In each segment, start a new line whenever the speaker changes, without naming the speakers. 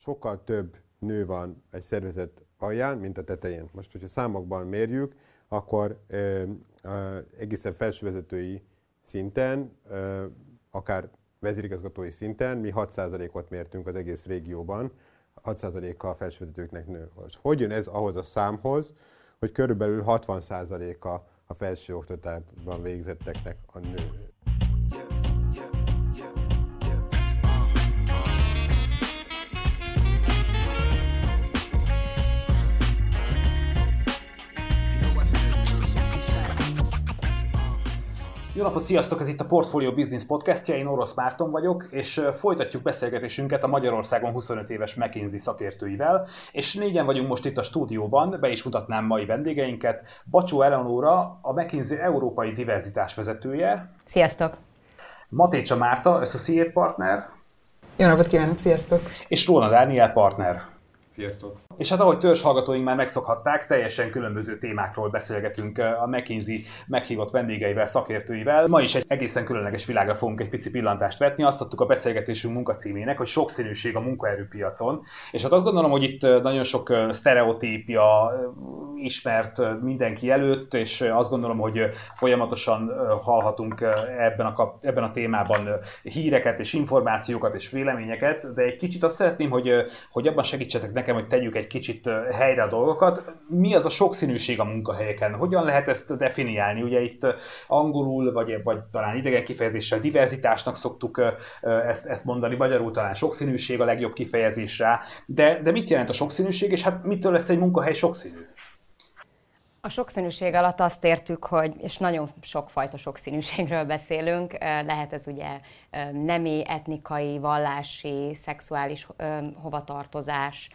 sokkal több nő van egy szervezet alján, mint a tetején. Most, hogyha számokban mérjük, akkor egészen felsővezetői szinten, akár vezérigazgatói szinten mi 6%-ot mértünk az egész régióban, 6%-a a felsővezetőknek nő. Hogy jön ez ahhoz a számhoz, hogy körülbelül 60%-a a felsőoktatásban végzetteknek a nő?
Jó napot, sziasztok! Ez itt a Portfolio Business podcastja, én Orosz Márton vagyok, és folytatjuk beszélgetésünket a Magyarországon 25 éves McKinsey szakértőivel, és négyen vagyunk most itt a stúdióban, be is mutatnám mai vendégeinket. Bacsó Eleonóra, a McKinsey európai diverzitás vezetője.
Sziasztok!
Matécsa Márta, Associate Partner.
Jó napot kívánok, sziasztok!
És Róna Dániel, Partner.
Sziasztok!
És hát ahogy törzshallgatóink már megszokhatták, teljesen különböző témákról beszélgetünk a McKinsey meghívott vendégeivel, szakértőivel. Ma is egy egészen különleges világra fogunk egy pici pillantást vetni. Azt adtuk a beszélgetésünk munkacímének, hogy sokszínűség a munkaerőpiacon. És hát azt gondolom, hogy itt nagyon sok sztereotípia ismert mindenki előtt, és azt gondolom, hogy folyamatosan hallhatunk ebben a témában híreket és információkat és véleményeket, de egy kicsit azt szeretném, hogy abban segítsetek nekem, hogy tegyük egy kicsit helyre a dolgokat. Mi az a sokszínűség a munkahelyeken? Hogyan lehet ezt definiálni? Ugye itt angolul, vagy talán idegen kifejezéssel diverzitásnak szoktuk ezt mondani, magyarul talán sokszínűség a legjobb kifejezés rá. De mit jelent a sokszínűség, és hát mitől lesz egy munkahely sokszínű?
A sokszínűség alatt azt értük, hogy, és nagyon sokfajta sokszínűségről beszélünk, lehet ez ugye nemi, etnikai, vallási, szexuális hovatartozás,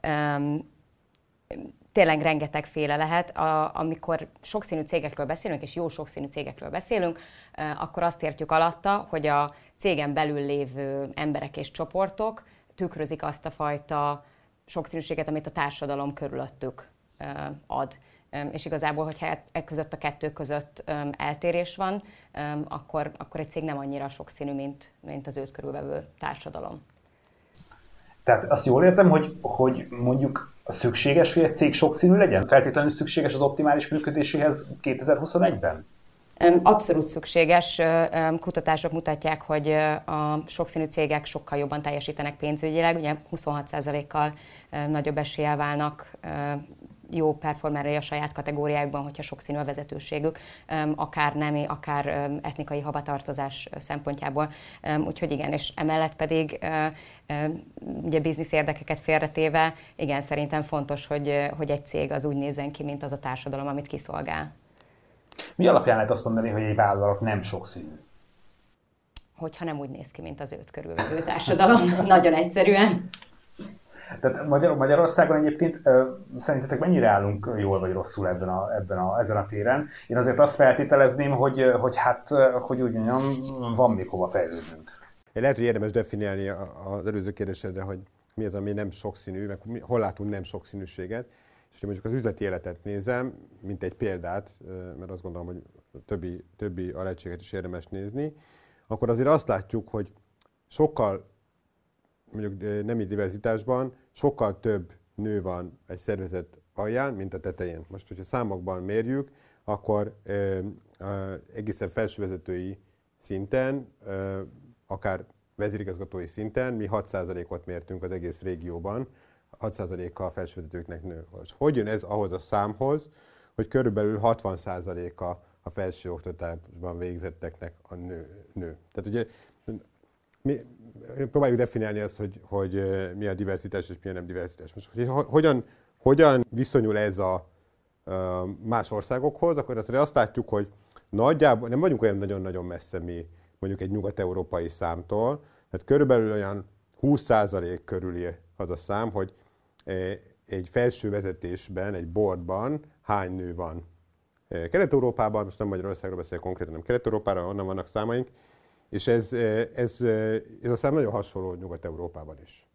tényleg rengetegféle lehet. Amikor sokszínű cégekről beszélünk, és jó sokszínű cégekről beszélünk, akkor azt értjük alatta, hogy a cégen belül lévő emberek és csoportok tükrözik azt a fajta sokszínűséget, amit a társadalom körülöttük ad. És igazából, hogyha között a kettő között eltérés van, akkor egy cég nem annyira sokszínű, mint az őt körülvevő társadalom.
Tehát azt jól értem, hogy mondjuk szükséges, hogy egy cég sokszínű legyen? Feltétlenül szükséges az optimális működéséhez 2021-ben?
Abszolút szükséges. Kutatások mutatják, hogy a sokszínű cégek sokkal jobban teljesítenek pénzügyileg, ugye 26%-kal nagyobb eséllyel válnak jó performerei a saját kategóriákban, hogyha sokszínű a vezetőségük, akár nemi, akár etnikai hovatartozás szempontjából. Úgyhogy igen, és emellett pedig ugye biznisz érdekeket félretéve, igen, szerintem fontos, hogy egy cég az úgy nézzen ki, mint az a társadalom, amit kiszolgál.
Mi alapján lehet azt mondani, hogy egy vállalat nem sokszínű?
Hogyha nem úgy néz ki, mint az őt körülvevő társadalom. Nagyon egyszerűen.
Tehát Magyarországon egyébként szerintetek mennyire állunk jól vagy rosszul ezen a téren? Én azért azt feltételezném, hogy úgy mondjam, van még hova fejlődnünk.
Lehet, hogy érdemes definiálni az előző kérdésedre, hogy mi az, ami nem sokszínű, meg hol látunk nem sokszínűséget. És ha mondjuk az üzleti életet nézem, mint egy példát, mert azt gondolom, hogy többi alegységet is érdemes nézni, akkor azért azt látjuk, hogy sokkal, mondjuk nemi diverzitásban sokkal több nő van egy szervezet alján, mint a tetején. Most, hogyha számokban mérjük, akkor egészen felsővezetői szinten, akár vezérigazgatói szinten mi 6%-ot mértünk az egész régióban, 6%-a a felsővezetőknek nő. Hogy jön ez ahhoz a számhoz, hogy körülbelül 60%-a a felsőoktatásban végzetteknek a nő. Tehát ugye próbáljuk definiálni azt, hogy mi a diverzitás és mi a nem diverzitás. Most, hogyan viszonyul ez a más országokhoz, akkor azt látjuk, hogy nagyjából nem vagyunk olyan nagyon-nagyon messze mi mondjuk egy nyugat-európai számtól, tehát körülbelül olyan 20% körüli az a szám, hogy egy felső vezetésben, egy boardban hány nő van. Kelet-Európában, most nem Magyarországról beszélek konkrétan, hanem Kelet-Európára, onnan vannak számaink, és ez a szám nagyon hasonló Nyugat-Európában is.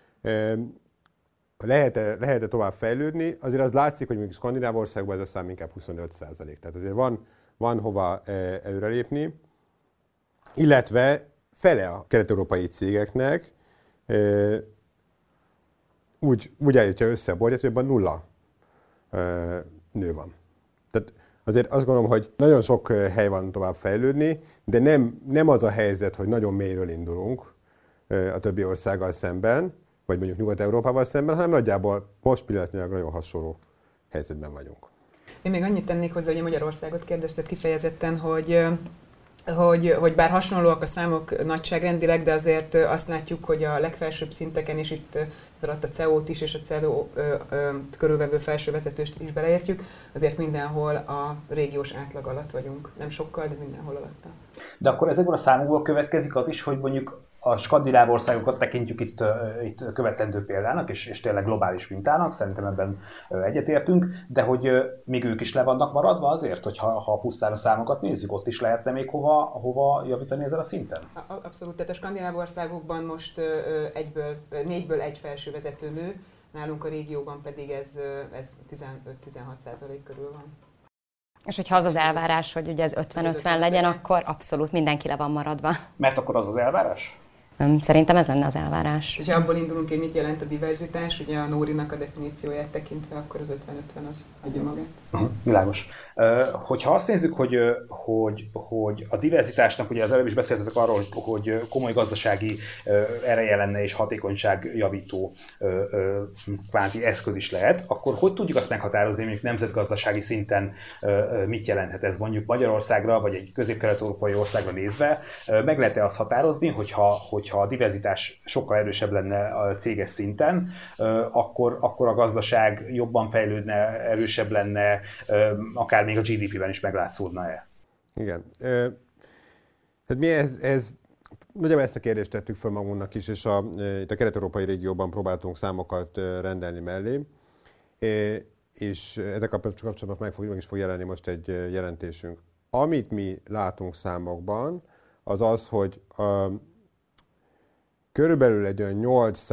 Lehet-e tovább fejlődni? Azért az látszik, hogy mondjuk Skandináv országban ez a szám inkább 25%. Tehát azért van hova előrelépni, illetve fele a kelet-európai cégeknek úgy állítja össze a boardját, hogy abban 0 nő van. Tehát azért azt gondolom, hogy nagyon sok hely van tovább fejlődni, de nem az a helyzet, hogy nagyon mélyről indulunk a többi országgal szemben, vagy mondjuk Nyugat-Európával szemben, hanem nagyjából most pillanatnyilag nagyon hasonló helyzetben vagyunk.
Én még annyit tennék hozzá, hogy Magyarországot kérdezted kifejezetten, hogy bár hasonlóak a számok nagyságrendileg, de azért azt látjuk, hogy a legfelsőbb szinteken, és itt ez alatt a CEO-t is és a CEO körülvevő felső vezetőst is beleértjük, azért mindenhol a régiós átlag alatt vagyunk. Nem sokkal, de mindenhol alatta.
De akkor ezekből a számokból következik az is, hogy mondjuk a skandináv országokat tekintjük itt követendő példának, és tényleg globális mintának, szerintem ebben egyetértünk, de hogy még ők is le vannak maradva azért, hogy ha pusztán a számokat nézzük, ott is lehetne még hova javítani ezen a szinten?
Abszolút, tehát a skandináv országokban most 4-ből 1 felső vezető nő, nálunk a régióban pedig ez 15-16% körül van.
És hogyha az az elvárás, hogy ugye ez 50-50 legyen, akkor abszolút mindenki le van maradva.
Mert akkor az elvárás?
Szerintem ez lenne az elvárás.
Ha abból indulunk, hogy mit jelent a diverzitás, ugye a Nórinak a definícióját tekintve, akkor az 50-50 az adja magát.
Világos. Hogyha azt nézzük, hogy a diverzitásnak, ugye az előbb is beszéltetek arról, hogy komoly gazdasági ereje lenne és hatékonyságjavító kvázi eszköz is lehet, akkor hogy tudjuk azt meghatározni, hogy nemzetgazdasági szinten mit jelenthet ez mondjuk Magyarországra, vagy egy közép-kelet-európai országra nézve? Meg lehet-e azt határozni, hogyha a diverzitás sokkal erősebb lenne a céges szinten, akkor a gazdaság jobban fejlődne, erősebb lenne, akár még a GDP-ben is meglátszódna-e?
Igen. Tehát mi nagyjából ezt a kérdést tettük fel magunknak is, és itt a kelet-európai régióban próbáltunk számokat rendelni mellé, és ezek kapcsolatban meg is fog jelenni most egy jelentésünk. Amit mi látunk számokban, az, hogy körülbelül egy olyan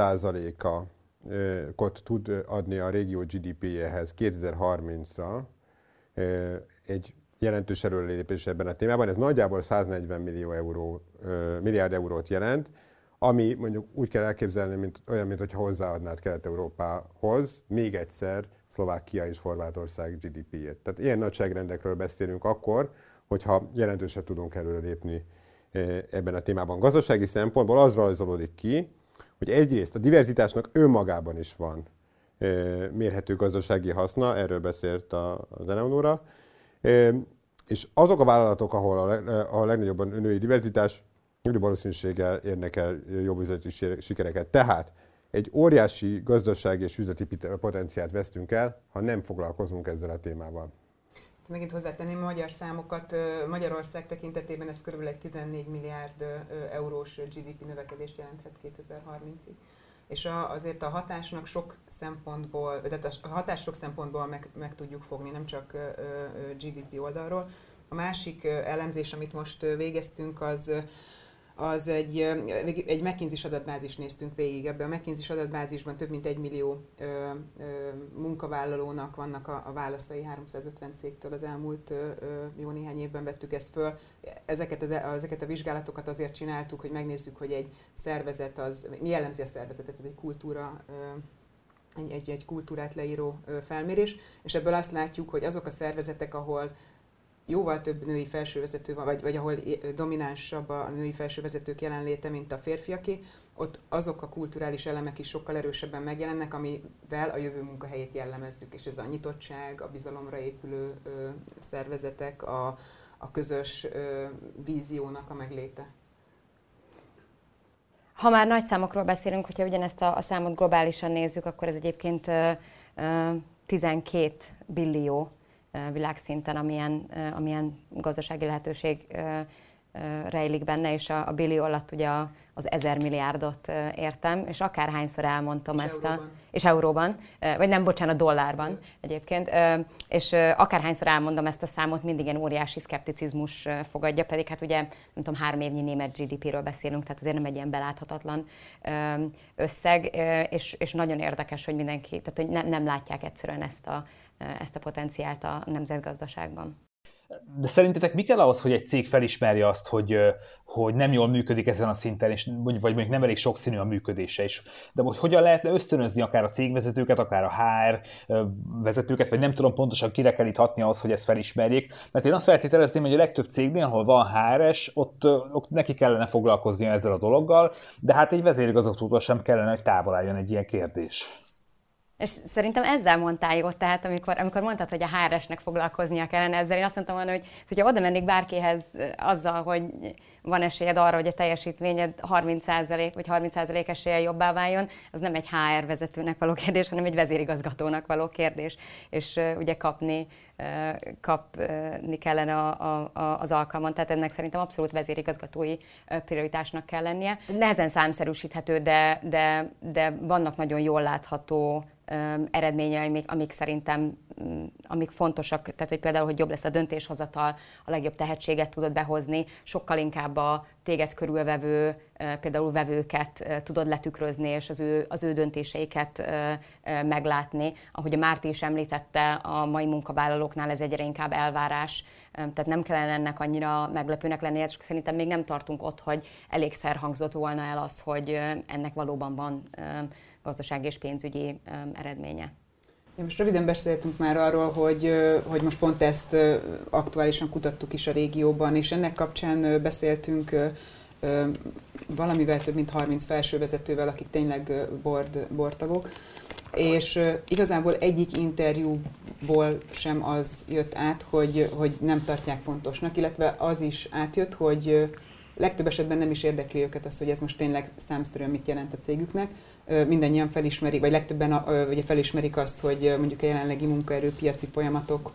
8%-ot tud adni a régió GDP-jéhez 2030-ra egy jelentős előrelépés ebben a témában. Ez nagyjából 140 milliárd eurót jelent, ami mondjuk úgy kell elképzelni, mintha hozzáadnád Kelet-Európához még egyszer Szlovákia és Horvátország GDP-jét. Tehát ilyen nagyságrendekről beszélünk akkor, hogyha jelentősen tudunk előrelépni ebben a témában. Gazdasági szempontból az rajzolódik ki, hogy egyrészt a diverzitásnak önmagában is van mérhető gazdasági haszna, erről beszélt az Eleonóra, és azok a vállalatok, ahol a legnagyobb női diverzitás, nagyobb valószínűséggel érnek el jobb üzleti sikereket. Tehát egy óriási gazdasági és üzleti potenciált vesztünk el, ha nem foglalkozunk ezzel a témával.
Megint hozzátenném a magyar számokat. Magyarország tekintetében ez körülbelül egy 14 milliárd eurós GDP növekedést jelenthet 2030-ig. És azért a hatásnak sok szempontból, tehát a hatás sok szempontból meg tudjuk fogni, nem csak GDP oldalról. A másik elemzés, amit most végeztünk, az egy McKinsey-s adatbázis néztünk végig. Ebben a McKinsey-s adatbázisban több mint 1 millió munkavállalónak vannak a válaszai 350 cégtől az elmúlt jó néhány évben vettük ezt föl. Ezeket a vizsgálatokat azért csináltuk, hogy megnézzük, hogy egy szervezet mi jellemzi a szervezetet, ez egy kultúra, egy kultúrát leíró felmérés, és ebből azt látjuk, hogy azok a szervezetek, ahol jóval több női felsővezető van, vagy ahol dominánsabb a női felsővezetők jelenléte, mint a férfiaké, ott azok a kulturális elemek is sokkal erősebben megjelennek, amivel a jövő munkahelyét jellemezzük, és ez a nyitottság, a bizalomra épülő szervezetek, a közös víziónak a megléte.
Ha már nagy számokról beszélünk, hogyha ugyanezt a számot globálisan nézzük, akkor ez egyébként 12 billió világszinten, amilyen gazdasági lehetőség rejlik benne, és a billió alatt ugye az 1000 milliárdot értem, és akárhányszor elmondtam és euróban, vagy nem, bocsánat, dollárban egyébként, és akárhányszor elmondom ezt a számot, mindig ilyen óriási szkepticizmus fogadja, pedig hát ugye, nem tudom, 3 évnyi német GDP-ről beszélünk, tehát azért nem egy ilyen beláthatatlan összeg, és nagyon érdekes, hogy mindenki, tehát hogy nem látják egyszerűen ezt a potenciált a nemzetgazdaságban.
De szerintetek mi kell ahhoz, hogy egy cég felismerje azt, hogy nem jól működik ezen a szinten, és vagy mondjuk nem elég sokszínű a működése is. De hogy hogyan lehetne ösztönözni akár a cégvezetőket, akár a HR vezetőket, vagy nem tudom pontosan kire kell itt hatni ahhoz, hogy ezt felismerjék. Mert én azt feltételezném, hogy a legtöbb cégnél, ahol van HR-es, ott neki kellene foglalkoznia ezzel a dologgal, de hát egy vezérigazgatótól sem kellene, hogy távol álljon egy ilyen kérdés.
És szerintem ezzel mondtál jót, tehát amikor mondtad, hogy a HR-esnek foglalkoznia kellene ezzel, én azt mondtam volna, hogy ha oda mennék bárkihez azzal, hogy van esélyed arra, hogy a teljesítményed 30% vagy 30% eséllyel jobbá váljon, az nem egy HR vezetőnek való kérdés, hanem egy vezérigazgatónak való kérdés. És ugye kapni kellene az alkalmat, tehát ennek szerintem abszolút vezérigazgatói prioritásnak kell lennie. Nehezen számszerűsíthető, de vannak nagyon jól látható eredményei, amik szerintem amik fontosak, tehát hogy például, hogy jobb lesz a döntéshozatal, a legjobb tehetséget tudod behozni, sokkal inkább a téged körülvevő, például vevőket tudod letükrözni, és az ő döntéseiket meglátni. Ahogy a Márti is említette, a mai munkavállalóknál ez egyre inkább elvárás, tehát nem kellene ennek annyira meglepőnek lennie, csak szerintem még nem tartunk ott, hogy elégszer hangzott volna el az, hogy ennek valóban van gazdasági és pénzügyi eredménye.
Most röviden beszéltünk már arról, hogy most pont ezt aktuálisan kutattuk is a régióban, és ennek kapcsán beszéltünk valamivel több mint 30 felsővezetővel, akik tényleg boardtagok, és igazából egyik interjúból sem az jött át, hogy nem tartják fontosnak, illetve az is átjött, hogy legtöbb esetben nem is érdekli őket az, hogy ez most tényleg számszerűen mit jelent a cégüknek. Mindannyian felismerik, vagy legtöbben ugye felismerik azt, hogy mondjuk a jelenlegi munkaerőpiaci folyamatoknál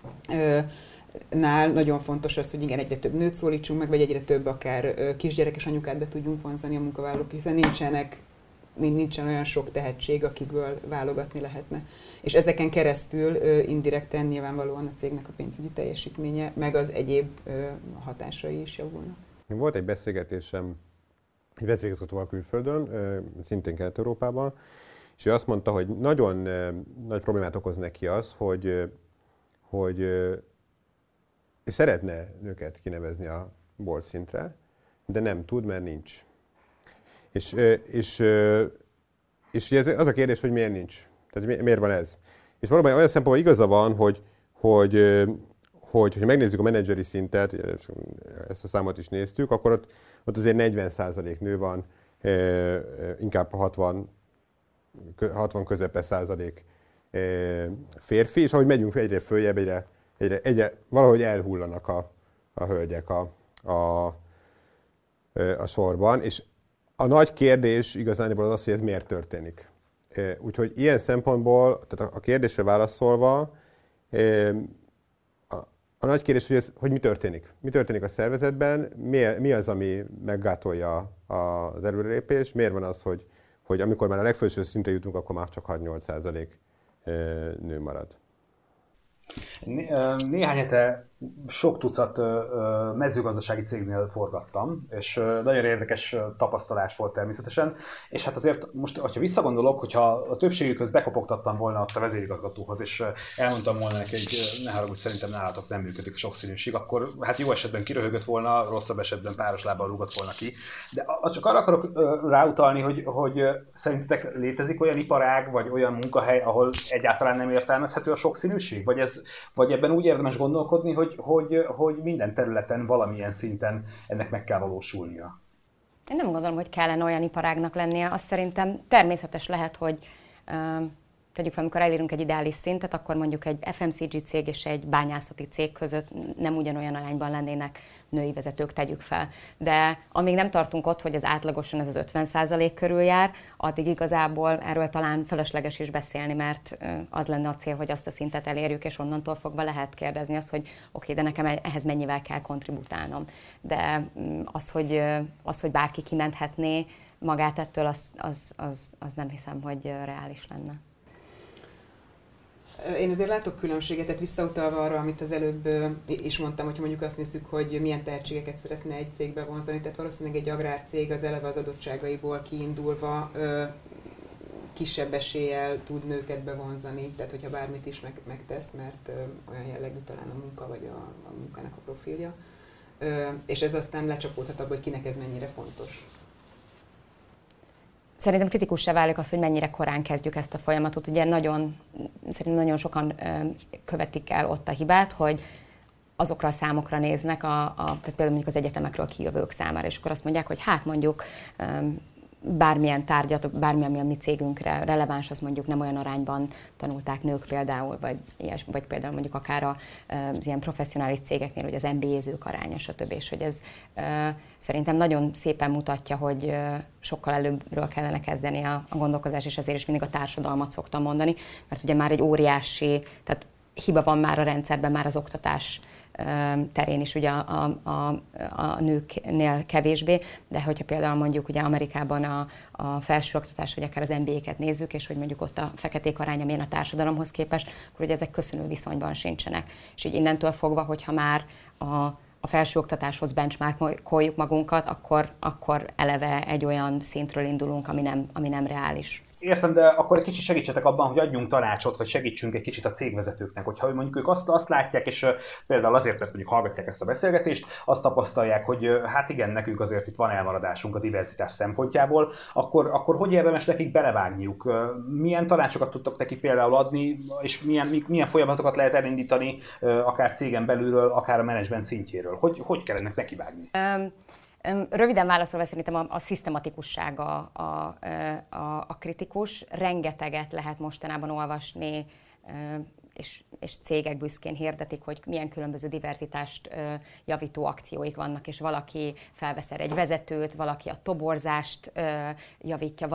nagyon fontos az, hogy igen, egyre több nőt szólítsunk meg, vagy egyre több akár kisgyerekes anyukát be tudjunk vonzani a munkavállalók, hiszen nincsen olyan sok tehetség, akikből válogatni lehetne. És ezeken keresztül indirekten nyilvánvalóan a cégnek a pénzügyi teljesítménye, meg az egyéb hatásai is javulnak.
Volt egy beszélgetésem egy vezérigazgatóval külföldön, szintén Kelet-Európában, és ő azt mondta, hogy nagyon nagy problémát okoz neki az, hogy szeretne nőket kinevezni a board szintre, de nem tud, mert nincs. És ez az a kérdés, hogy miért nincs. Tehát miért van ez? És valóban olyan szempontból igaza van, hogyha megnézzük a menedzseri szintet, ezt a számot is néztük, akkor ott azért 40% nő van, inkább 60 közepe százalék férfi, és ahogy megyünk egyre följebb, egyre valahogy elhullanak a hölgyek a sorban, és a nagy kérdés igazából az, hogy ez miért történik. Úgyhogy ilyen szempontból, tehát a kérdésre válaszolva, a nagy kérdés, hogy mi történik. Mi történik a szervezetben, mi az, ami meggátolja az előrelépést, miért van az, hogy amikor már a legfelső szintre jutunk, akkor már csak 6-8% nő marad.
Néhány hete sok tucat mezőgazdasági cégnél forgattam, és nagyon érdekes tapasztalás volt természetesen. És hát azért most, ha visszagondolok, hogyha a többségükhöz bekopogtattam volna ott a vezérigazgatóhoz, és elmondtam volna neki, hogy ne haragudj, szerintem nálatok nem működik a sokszínűség, akkor hát jó esetben kiröhögött volna, rosszabb esetben páros lábbal rúgott volna ki. De csak arra akarok ráutalni, hogy szerintetek létezik olyan iparág, vagy olyan munkahely, ahol egyáltalán nem értelmezhető a sokszínűség? Vagy ebben úgy érdemes gondolkodni, hogy minden területen, valamilyen szinten ennek meg kell valósulnia?
Én nem gondolom, hogy kellene olyan iparágnak lennie. Azt szerintem természetes lehet, hogy tegyük fel, amikor elérünk egy ideális szintet, akkor mondjuk egy FMCG cég és egy bányászati cég között nem ugyanolyan arányban lennének női vezetők, tegyük fel. De amíg nem tartunk ott, hogy az átlagosan ez az 50% körül jár, addig igazából erről talán felesleges is beszélni, mert az lenne a cél, hogy azt a szintet elérjük, és onnantól fogva lehet kérdezni azt, hogy oké, de nekem ehhez mennyivel kell kontribútálnom. De az, hogy bárki kimenthetné magát ettől, az nem hiszem, hogy reális lenne.
Én azért látok különbséget, tehát visszautalva arra, amit az előbb is mondtam, hogyha mondjuk azt nézzük, hogy milyen tehetségeket szeretne egy cégbe vonzani, tehát valószínűleg egy agrárcég az eleve az adottságaiból kiindulva kisebb eséllyel tud nőket bevonzani, tehát hogyha bármit is megtesz, mert olyan jellegű talán a munka vagy a munkának a profilja. És ez aztán lecsapódhat abba, hogy kinek ez mennyire fontos.
Szerintem kritikussá válik az, hogy mennyire korán kezdjük ezt a folyamatot. Ugye szerintem nagyon sokan követik el ott a hibát, hogy azokra a számokra néznek, tehát például mondjuk az egyetemekről kijövők számára, és akkor azt mondják, hogy hát mondjuk bármilyen tárgyat, bármilyen, ami a mi cégünkre releváns, az mondjuk nem olyan arányban tanulták nők például, vagy például mondjuk akár az ilyen professzionális cégeknél, hogy az MBA-zők aránya, stb. És hogy ez szerintem nagyon szépen mutatja, hogy sokkal előbbről kellene kezdeni a gondolkozás, és ezért is mindig a társadalmat szoktam mondani, mert ugye már egy óriási, tehát hiba van már a rendszerben, már az oktatás terén is ugye a nőknél kevésbé, de hogyha például mondjuk ugye Amerikában a felsőoktatás, vagy akár az MBA-ket nézzük, és hogy mondjuk ott a feketék aránya milyen a társadalomhoz képest, akkor ugye ezek köszönő viszonyban sincsenek. És így innentől fogva, hogyha már a felsőoktatáshoz benchmarkoljuk magunkat, akkor eleve egy olyan szintről indulunk, ami nem reális.
Értem, de akkor egy kicsit segítsetek abban, hogy adjunk tanácsot, vagy segítsünk egy kicsit a cégvezetőknek, hogyha mondjuk ők azt látják, és például azért, mert mondjuk hallgatják ezt a beszélgetést, azt tapasztalják, hogy hát igen, nekünk azért itt van elmaradásunk a diverzitás szempontjából, akkor hogy érdemes nekik belevágniuk? Milyen tanácsokat tudtok nekik például adni, és milyen folyamatokat lehet elindítani, akár cégen belülről, akár a menedzsment szintjéről? Hogy kellene nekivágni?
Röviden válaszolva szerintem a szisztematikussága a kritikus. Rengeteget lehet mostanában olvasni, és cégek büszkén hirdetik, hogy milyen különböző diverzitást javító akcióik vannak, és valaki felvesz egy vezetőt, valaki a toborzást javítja,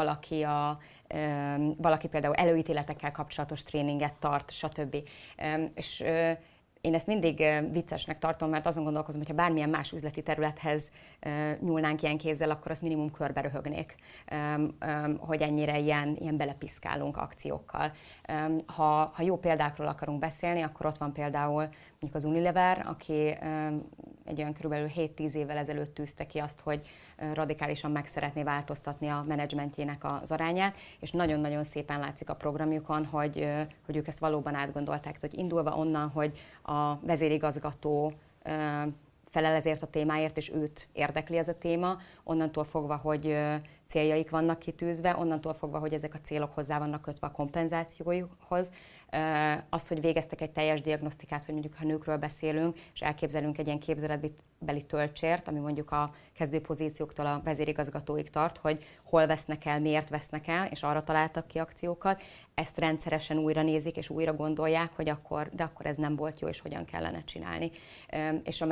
valaki például előítéletekkel kapcsolatos tréninget tart, stb. És én ezt mindig viccesnek tartom, mert azon gondolkozom, hogy ha bármilyen más üzleti területhez nyúlnánk ilyen kézzel, akkor azt minimum körbe röhögnék, hogy ennyire ilyen belepiszkálunk akciókkal. Ha jó példákról akarunk beszélni, akkor ott van például mondjuk az Unilever, aki egy olyan körülbelül 7-10 évvel ezelőtt tűzte ki azt, hogy radikálisan meg szeretné változtatni a menedzsmentjének az arányát, és nagyon-nagyon szépen látszik a programjukon, hogy ők ezt valóban átgondolták, hogy indulva onnan, hogy a vezérigazgató felel ezért a témáért, és őt érdekli ez a téma, onnantól fogva, hogy céljaik vannak kitűzve, onnantól fogva, hogy ezek a célok hozzá vannak kötve a kompenzációjukhoz. Az, hogy végeztek egy teljes diagnosztikát, hogy mondjuk ha nőkről beszélünk, és elképzelünk egy ilyen képzeletbeli töltsért, ami mondjuk a kezdőpozícióktól a vezérigazgatóig tart, hogy hol vesznek el, miért vesznek el, és arra találtak ki akciókat, ezt rendszeresen újra nézik, és újra gondolják, hogy akkor ez nem volt jó, és hogyan kellene csinálni. És a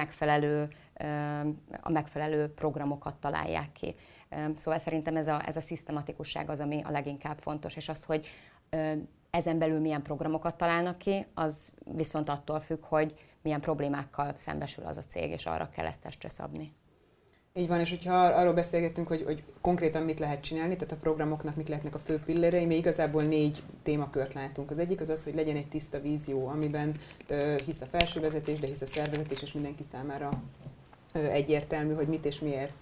megfelelő programokat találják ki. Szóval szerintem ez a szisztematikusság az, ami a leginkább fontos, és az, hogy ezen belül milyen programokat találnak ki, az viszont attól függ, hogy milyen problémákkal szembesül az a cég, és arra kell ezt testre szabni.
Így van, és hogyha arról beszélgettünk, hogy konkrétan mit lehet csinálni, tehát a programoknak mik lehetnek a fő pillérei, mi igazából 4 témakört látunk. Az egyik az, hogy legyen egy tiszta vízió, amiben hisz a felsővezetés, de hisz a szervezetés, és mindenki számára egyértelmű, hogy mit és miért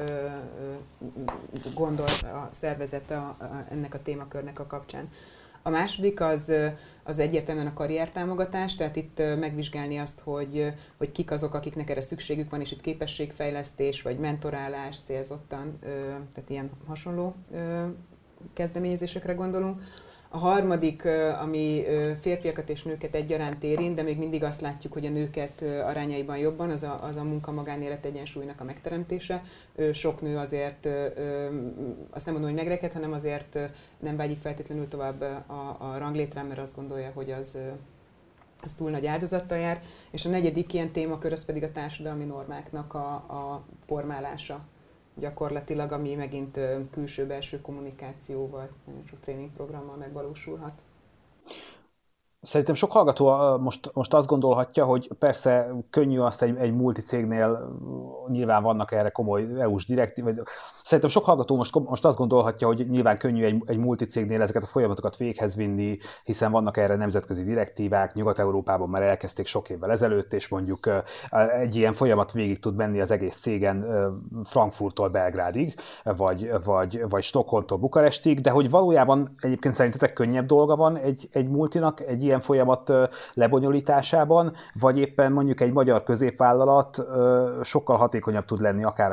gondol a szervezet ennek a témakörnek a kapcsán. A második az egyértelműen a karriertámogatás, tehát itt megvizsgálni azt, hogy kik azok, akiknek erre szükségük van, és itt képességfejlesztés vagy mentorálás célzottan, tehát ilyen hasonló kezdeményezésekre gondolunk. A harmadik, ami férfiakat és nőket egyaránt érint, de még mindig azt látjuk, hogy a nőket arányaiban jobban, az a munka-magánélet egyensúlynak a megteremtése. Sok nő azért, azt nem mondom, hogy megreked, hanem azért nem vágyik feltétlenül tovább a ranglétrán, mert azt gondolja, hogy az túl nagy áldozattal jár. És a negyedik ilyen témakör az pedig a társadalmi normáknak a formálása. Gyakorlatilag, ami megint külső-belső kommunikációval, nagyon sok tréningprogrammal megvalósulhat.
Szerintem sok hallgató most azt gondolhatja, hogy persze könnyű azt egy multicégnél, nyilván vannak erre komoly EU-s direktív. Szerintem sok hallgató most azt gondolhatja, hogy nyilván könnyű egy multicégnél ezeket a folyamatokat véghez vinni, hiszen vannak erre nemzetközi direktívák, Nyugat-Európában már elkezdték sok évvel ezelőtt, és mondjuk egy ilyen folyamat végig tud menni az egész cégen Frankfurttól Belgrádig, vagy Stockholmtól Bukarestig, de hogy valójában egyébként szerintetek könnyebb dolga van egy multinak egy ilyen folyamat lebonyolításában, vagy éppen mondjuk egy magyar középvállalat sokkal hatékonyabb tud lenni akár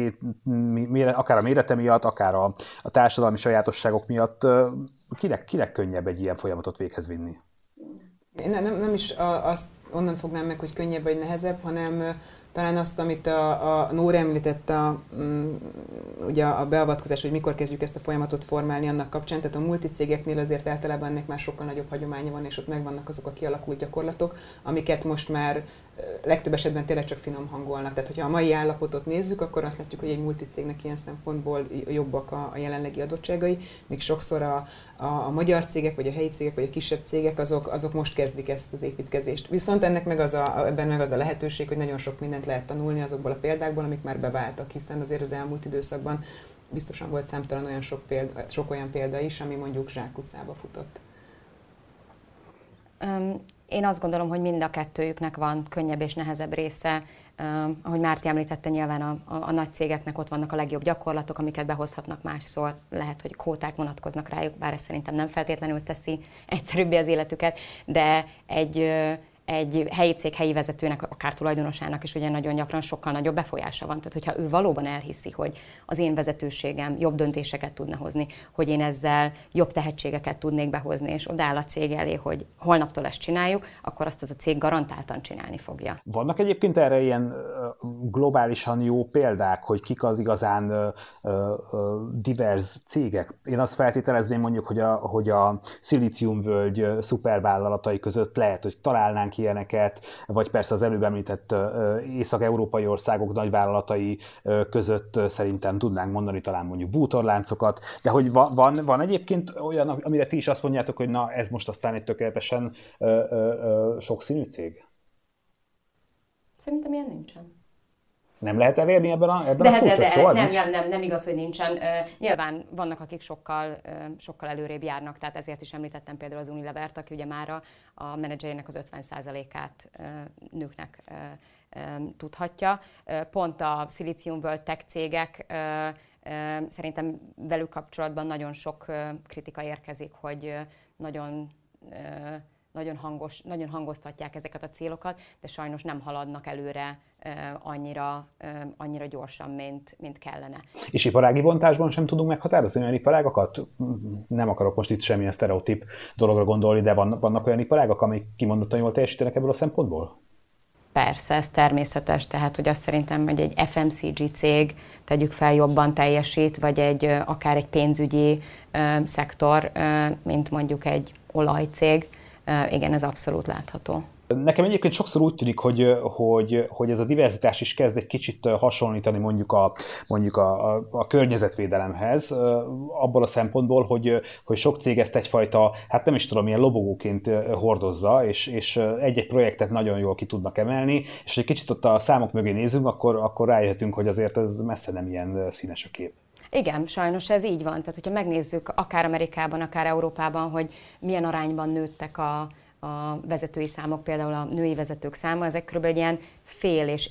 a mérete miatt, akár a társadalmi sajátosságok miatt. Kinek könnyebb egy ilyen folyamatot véghez vinni?
Én nem is azt onnan fognám meg, hogy könnyebb vagy nehezebb, hanem talán azt, amit a Nóra említett, ugye a beavatkozás, hogy mikor kezdjük ezt a folyamatot formálni annak kapcsán. Tehát a multicégeknél azért általában ennek már sokkal nagyobb hagyománya van, és ott megvannak azok a kialakult gyakorlatok, amiket most már legtöbb esetben tényleg csak finom hangolnak. Tehát, hogyha a mai állapotot nézzük, akkor azt látjuk, hogy egy multicégnek ilyen szempontból jobbak a jelenlegi adottságai, míg sokszor a magyar cégek, vagy a helyi cégek, vagy a kisebb cégek, azok most kezdik ezt az építkezést. Viszont ebben meg az a lehetőség, hogy nagyon sok mindent lehet tanulni azokból a példákból, amik már beváltak, hiszen azért az elmúlt időszakban biztosan volt számtalan olyan sok olyan példa is, ami mondjuk zsákutcába futott.
Én azt gondolom, hogy mind a kettőjüknek van könnyebb és nehezebb része. Ahogy Márti említette, nyilván a nagy cégeknek ott vannak a legjobb gyakorlatok, amiket behozhatnak másszor. Lehet, hogy kvóták vonatkoznak rájuk, bár ez szerintem nem feltétlenül teszi egyszerűbbé az életüket, de egy helyi cég helyi vezetőnek, akár tulajdonosának is ugye nagyon gyakran sokkal nagyobb befolyása van. Tehát, hogyha ő valóban elhiszi, hogy az én vezetőségem jobb döntéseket tudna hozni, hogy én ezzel jobb tehetségeket tudnék behozni, és odaáll a cég elé, hogy holnaptól ezt csináljuk, akkor azt az a cég garantáltan csinálni fogja. Vannak
egyébként erre ilyen globálisan jó példák, hogy kik az igazán divers cégek? Én azt feltételezném mondjuk, hogy a szilíciumvölgy szupervállalatai között lehet, hogy találnánk ilyeneket, vagy persze az előbb említett észak-európai országok nagyvállalatai között szerintem tudnánk mondani talán mondjuk bútorláncokat, de hogy van egyébként olyan, amire ti is azt mondjátok, hogy na ez most aztán egy tökéletesen sokszínű cég?
Szerintem ilyen nincsen.
Nem lehet elérni ebben a csúcsot? Soha
nem igaz, hogy nincsen. Nyilván vannak, akik sokkal előrébb járnak, tehát ezért is említettem például az Unilevert, aki ugye már a menedzserének az 50%-át nőknek tudhatja. Pont a szilíciumvölgy tech cégek, szerintem velük kapcsolatban nagyon sok kritika érkezik, hogy nagyon hangoztatják ezeket a célokat, de sajnos nem haladnak előre annyira gyorsan, mint kellene.
És iparági bontásban sem tudunk meghatározni olyan iparágakat? Nem akarok most itt semmilyen sztereotíp dologra gondolni, de vannak olyan iparágak, amik kimondottan jól teljesítenek ebből a szempontból?
Persze, ez természetes, tehát hogy azt szerintem, hogy egy FMCG cég tegyük fel jobban teljesít, vagy akár egy pénzügyi szektor, mint mondjuk egy olajcég. Igen, ez abszolút látható.
Nekem egyébként sokszor úgy tűnik, hogy ez a diverzitás is kezd egy kicsit hasonlítani mondjuk a környezetvédelemhez, abból a szempontból, hogy sok cég ezt egyfajta, hát nem is tudom, ilyen lobogóként hordozza, és egy-egy projektet nagyon jól ki tudnak emelni, és egy kicsit ott a számok mögé nézünk, akkor rájöhetünk, hogy azért ez messze nem ilyen színes a kép.
Igen, sajnos ez így van. Tehát, hogyha megnézzük akár Amerikában, akár Európában, hogy milyen arányban nőttek a vezetői számok, például a női vezetők száma, ezek kb. Ilyen 0,5 és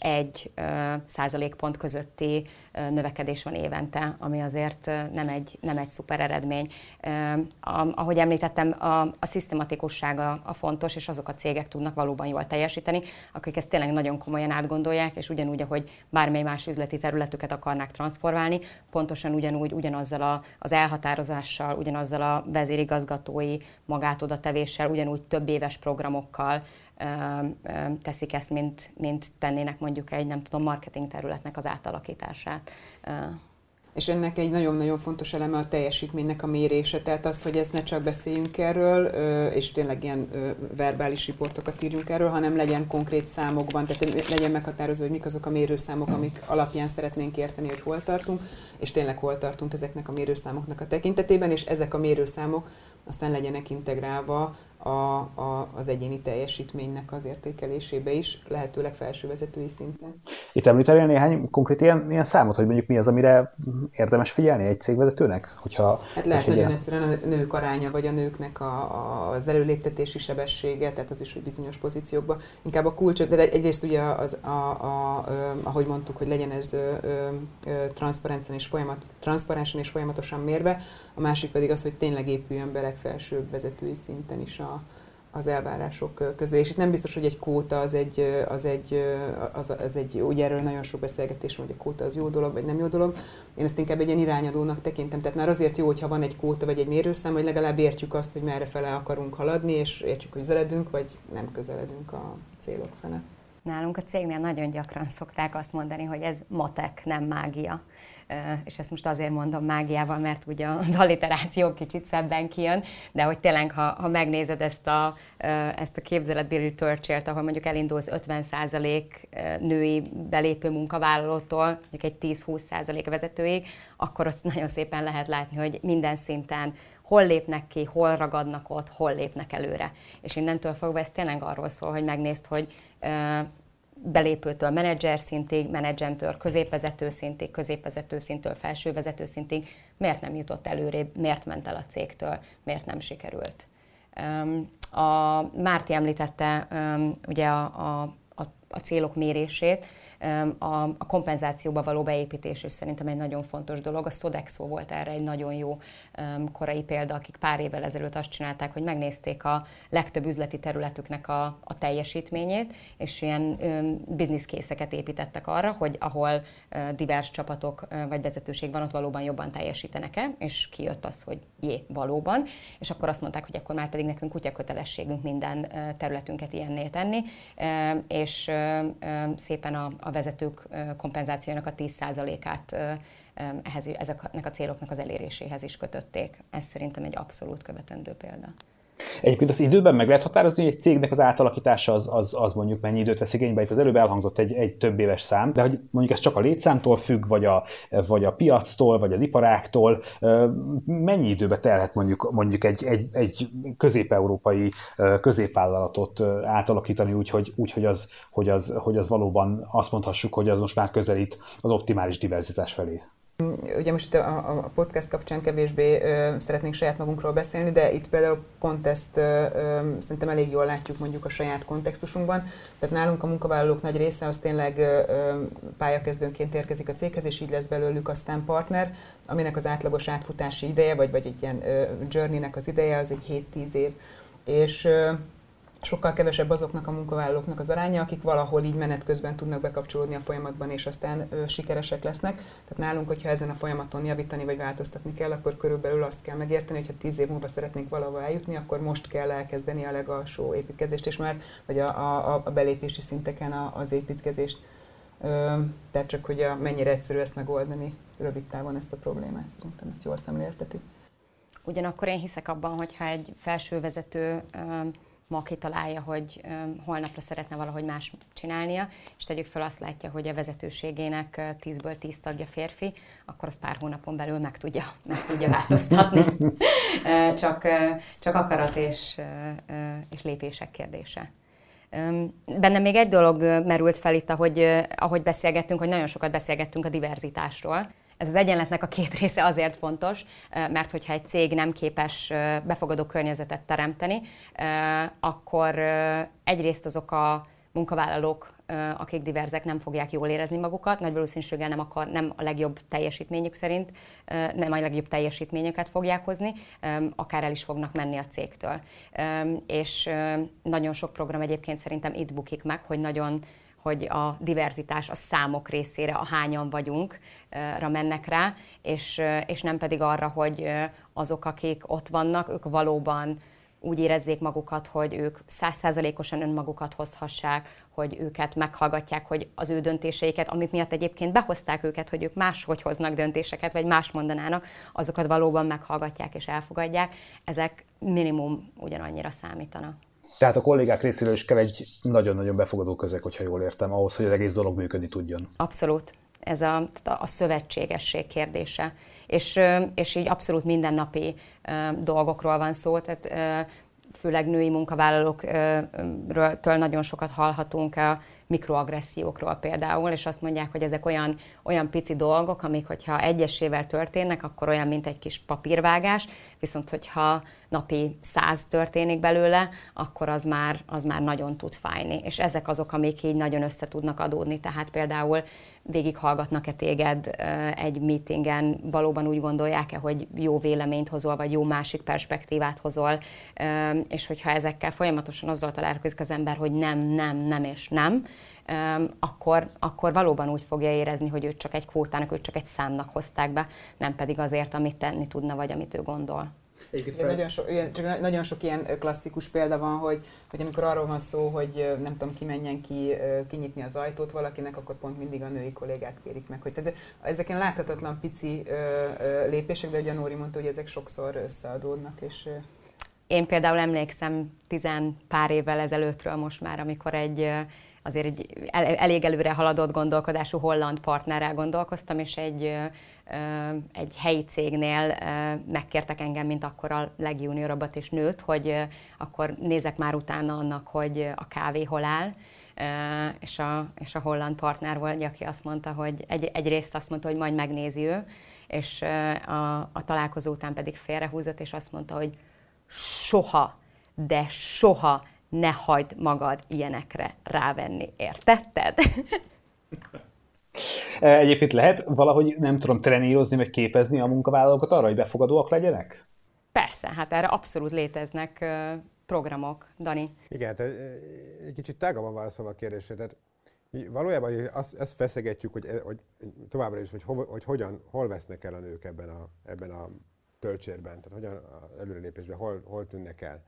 1% közötti növekedés van évente, ami azért nem egy szuper eredmény. Ahogy említettem, a szisztematikussága a fontos, és azok a cégek tudnak valóban jól teljesíteni, akik ezt tényleg nagyon komolyan átgondolják, és ugyanúgy, ahogy bármely más üzleti területüket akarnák transformálni, pontosan ugyanazzal az elhatározással, ugyanazzal a vezérigazgatói magátodatevéssel, ugyanúgy több éves programokkal teszik ezt, mint tennének mondjuk egy, nem tudom, marketing területnek az átalakítását.
És ennek egy nagyon-nagyon fontos eleme a teljesítménynek a mérése, tehát azt, hogy ezt ne csak beszéljünk erről, és tényleg ilyen verbális riportokat írjunk erről, hanem legyen konkrét számokban, tehát legyen meghatározó, hogy mik azok a mérőszámok, amik alapján szeretnénk érteni, hogy hol tartunk, és tényleg hol tartunk ezeknek a mérőszámoknak a tekintetében, és ezek a mérőszámok aztán legyenek integrálva az egyéni teljesítménynek az értékelésébe is, lehetőleg felső vezetői szinten.
Itt említenél néhány konkrét ilyen számot, hogy mondjuk mi az, amire érdemes figyelni egy cégvezetőnek?
Hát lehet nagyon egyszerűen a nők aránya, vagy a nőknek az előléptetési sebessége, tehát az is, hogy bizonyos pozíciókban. Inkább a kulcs, de egyrészt ugye ahogy mondtuk, hogy legyen ez transzparensen és folyamatosan mérve, a másik pedig az, hogy tényleg épüljön be legfelsőbb vezetői szinten is az elvárások közé. És itt nem biztos, hogy egy kvóta az egy ugye erről nagyon sok beszélgetés van, hogy a kvóta az jó dolog, vagy nem jó dolog. Én ezt inkább egy ilyen irányadónak tekintem. Tehát már azért jó, hogyha van egy kvóta, vagy egy mérőszám, hogy legalább értjük azt, hogy merre fele akarunk haladni, és értjük, hogy közeledünk, vagy nem közeledünk a célok fele.
Nálunk a cégnél nagyon gyakran szokták azt mondani, hogy ez matek, nem mágia. És ezt most azért mondom mágiával, mert ugye az alliteráció kicsit szebben kijön, de hogy tényleg, ha megnézed ezt a képzeletbéli törcsért, ahol mondjuk elindulsz 50% női belépő munkavállalótól, mondjuk egy 10-20% vezetőig, akkor azt nagyon szépen lehet látni, hogy minden szinten hol lépnek ki, hol ragadnak ott, hol lépnek előre. És innentől fogva ez tényleg arról szól, hogy megnézd, hogy belépőtől menedzser szintig, menedzsertől középvezető szintig, középvezető szinttől felsővezető szintig, miért nem jutott előrébb, miért ment el a cégtől, miért nem sikerült. A Márti említette ugye a célok mérését, a kompenzációba való beépítés is szerintem egy nagyon fontos dolog. A Sodexo volt erre egy nagyon jó korai példa, akik pár évvel ezelőtt azt csinálták, hogy megnézték a legtöbb üzleti területüknek a teljesítményét, és ilyen business case-eket építettek arra, hogy ahol divers csapatok vagy vezetőség van, ott valóban jobban teljesítenek-e, és kijött az, hogy valóban, és akkor azt mondták, hogy akkor már pedig nekünk kutyakötelességünk minden területünket ilyenné tenni, és szépen a vezetők kompenzációjának a 10%-át ezeknek a céloknak az eléréséhez is kötötték. Ez szerintem egy abszolút követendő példa.
Egyébként az időben meg lehet határozni, hogy egy cégnek az átalakítása az mondjuk mennyi időt vesz igénybe. Itt az előbb elhangzott egy több éves szám, de hogy mondjuk ez csak a létszámtól függ, vagy a piactól, vagy az iparágtól. Mennyi időbe telhet mondjuk egy közép-európai középvállalatot átalakítani úgy, hogy az valóban azt mondhassuk, hogy az most már közelít az optimális diverzitás felé?
Ugye most a podcast kapcsán kevésbé szeretnénk saját magunkról beszélni, de itt például pont ezt szerintem elég jól látjuk mondjuk a saját kontextusunkban. Tehát nálunk a munkavállalók nagy része az tényleg pályakezdőnként érkezik a céghez, és így lesz belőlük aztán partner, aminek az átlagos átfutási ideje, vagy egy ilyen journey-nek az ideje, az egy 7-10 év. És sokkal kevesebb azoknak a munkavállalóknak az aránya, akik valahol így menet közben tudnak bekapcsolódni a folyamatban, és aztán sikeresek lesznek. Tehát nálunk, hogyha ezen a folyamaton javítani vagy változtatni kell, akkor körülbelül azt kell megérteni, hogy ha 10 év múlva szeretnénk valahova eljutni, akkor most kell elkezdeni a legalsó építkezést, és már vagy a belépési szinteken az építkezést. Tehát csak, hogy mennyire egyszerű ezt megoldani rövid távon ezt a problémát, szerintem ezt jól szemlélteti.
Ugyanakkor én hiszek abban, hogyha egy felsővezető ma kitalálja, hogy holnapra szeretne valahogy más csinálnia, és tegyük fel azt látja, hogy a vezetőségének 10-ből 10 tagja férfi, akkor azt pár hónapon belül meg tudja változtatni. Csak akarat és lépések kérdése. Bennem még egy dolog merült fel itt, ahogy beszélgettünk, hogy nagyon sokat beszélgettünk a diverzitásról. Ez az egyenletnek a két része azért fontos, mert hogyha egy cég nem képes befogadó környezetet teremteni, akkor egyrészt azok a munkavállalók, akik diverzek, nem fogják jól érezni magukat, nagy valószínűséggel nem a legjobb teljesítményük szerint, nem a legjobb teljesítményeket fogják hozni, akár el is fognak menni a cégtől. És nagyon sok program egyébként szerintem itt bukik meg, hogy a diverzitás a számok részére, a hányan vagyunk-ra mennek rá, és nem pedig arra, hogy azok, akik ott vannak, ők valóban úgy érezzék magukat, hogy ők 100%-osan önmagukat hozhassák, hogy őket meghallgatják, hogy az ő döntéseiket, amik miatt egyébként behozták őket, hogy ők máshogy hoznak döntéseket, vagy mást mondanának, azokat valóban meghallgatják és elfogadják. Ezek minimum ugyanannyira számítanak.
Tehát a kollégák részéről is kell egy nagyon-nagyon befogadó közeg, hogyha jól értem, ahhoz, hogy az egész dolog működni tudjon. Abszolút.
Ez a szövetségesség kérdése. És így abszolút mindennapi dolgokról van szó. Tehát főleg női munkavállalóktól nagyon sokat hallhatunk a mikroagressziókról például, és azt mondják, hogy ezek olyan pici dolgok, amik, hogyha egyesével történnek, akkor olyan, mint egy kis papírvágás, viszont hogyha napi 100 történik belőle, akkor az már nagyon tud fájni. És ezek azok, amik így nagyon össze tudnak adódni. Tehát például végighallgatnak-e téged egy meetingen, valóban úgy gondolják-e, hogy jó véleményt hozol, vagy jó másik perspektívát hozol, és hogyha ezekkel folyamatosan azzal találkozik az ember, hogy nem és nem, akkor valóban úgy fogja érezni, hogy őt csak egy kvótának, őt csak egy számnak hozták be, nem pedig azért, amit tenni tudna, vagy amit ő gondol.
Nagyon sok ilyen klasszikus példa van, hogy amikor arról van szó, hogy nem tudom, ki menjen kinyitni az ajtót valakinek, akkor pont mindig a női kollégák kérik meg. Hogy tehát ezeken láthatatlan pici lépések, de ugye a Nóri mondta, hogy ezek sokszor összeadódnak. És
én például emlékszem 10 pár évvel ezelőttről most már, amikor azért egy elég előre haladott gondolkodású holland partnerrel gondolkoztam, és egy helyi cégnél megkértek engem, mint akkor a legjuniorabbat és nőt, hogy akkor nézek már utána annak, hogy a kávé hol áll, és a holland partner volt, aki azt mondta, hogy egyrészt azt mondta, hogy majd megnézi ő, és a találkozó után pedig félrehúzott, és azt mondta, hogy soha, de soha ne hagyd magad ilyenekre rávenni, értetted?
Egyébként lehet valahogy, nem tudom, trenírozni, vagy képezni a munkavállalókat arra, hogy befogadóak legyenek?
Persze, hát erre abszolút léteznek programok, Dani.
Igen, tehát egy kicsit tágabban válaszolva a kérdésre. Tehát valójában ezt feszegetjük, hogy továbbra is, hogy hol vesznek el a nők ebben a töltsérben, tehát hogyan az előrelépésben, hol tűnnek el.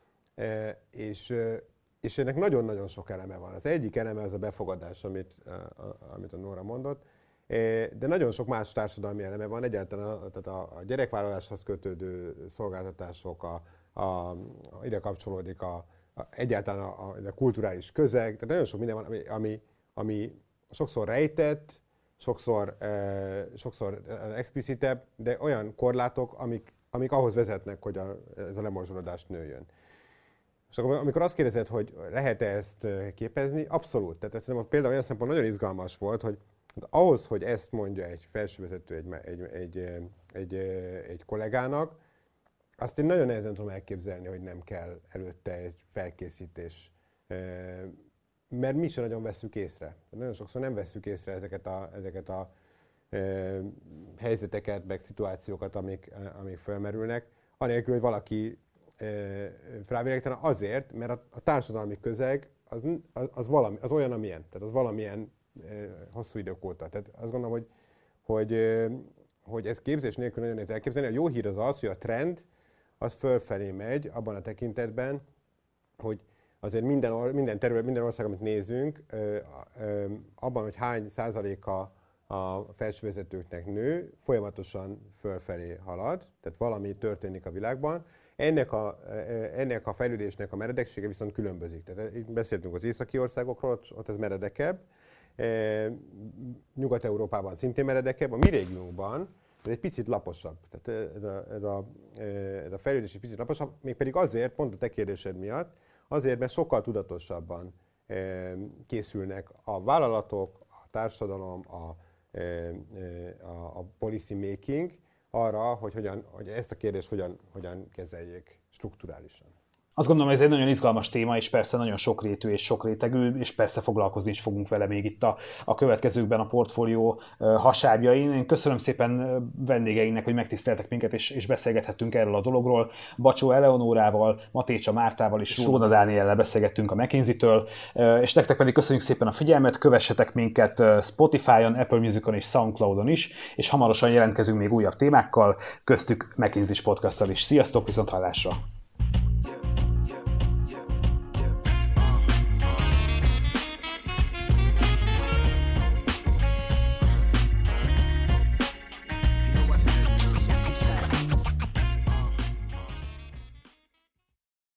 És ennek nagyon-nagyon sok eleme van. Az egyik eleme az a befogadás, amit a Nóra mondott, de nagyon sok más társadalmi eleme van, egyáltalán tehát a gyerekvállaláshoz kötődő szolgáltatások, ide kapcsolódik egyáltalán a kulturális közeg, tehát nagyon sok minden van, ami sokszor rejtett, sokszor explicitebb, de olyan korlátok, amik ahhoz vezetnek, hogy ez a lemorzsolódás nőjön. És akkor, amikor azt kérdezed, hogy lehet-e ezt képezni, abszolút. Tehát szerintem például olyan szempont nagyon izgalmas volt, hogy ahhoz, hogy ezt mondja egy felsővezető egy kollégának, azt én nagyon nehezen tudom elképzelni, hogy nem kell előtte egy felkészítés. Mert mi sem nagyon vesszük észre. Nagyon sokszor nem vesszük észre ezeket a helyzeteket, meg szituációkat, amik felmerülnek, anélkül, hogy valaki rávilágítana azért, mert a társadalmi közeg az olyan, amilyen. Tehát az valamilyen hosszú idők óta. Tehát azt gondolom, hogy ez képzés nélkül nagyon nehéz elképzelni. A jó hír az, hogy a trend az fölfelé megy abban a tekintetben, hogy azért minden terület, minden ország, amit nézünk, abban, hogy hány százaléka a felsővezetőknek nő, folyamatosan fölfelé halad, tehát valami történik a világban. Ennek a fejlődésnek a meredeksége viszont különbözik. Tehát itt beszéltünk az északi országokról, ott ez meredekebb, Nyugat-Európában szintén meredekebb, a mi régiónkban ez egy picit laposabb. Tehát ez a fejlődés egy picit laposabb, mégpedig azért, pont a te kérdésed miatt, azért, mert sokkal tudatosabban készülnek a vállalatok, a társadalom, a policy making arra, hogy ezt a kérdést hogyan kezeljék strukturálisan.
Azt gondolom, ez egy nagyon izgalmas téma, és persze nagyon sokrétű és sokrétegű, és persze foglalkozni is fogunk vele még itt a következőkben a portfólió hasábjain. Én köszönöm szépen vendégeinknek, hogy megtiszteltek minket, és beszélgethettünk erről a dologról. Bacsó Eleonórával, Matécsa Mártával és Róna Dániellel beszélgettünk a McKinsey-től, és nektek pedig köszönjük szépen a figyelmet, kövessetek minket Spotify-on, Apple Music-on és Soundcloud-on is, és hamarosan jelentkezünk még újabb témákkal, köztük McKinsey-s podcasttal is. Sziasztok, viszonthallásra!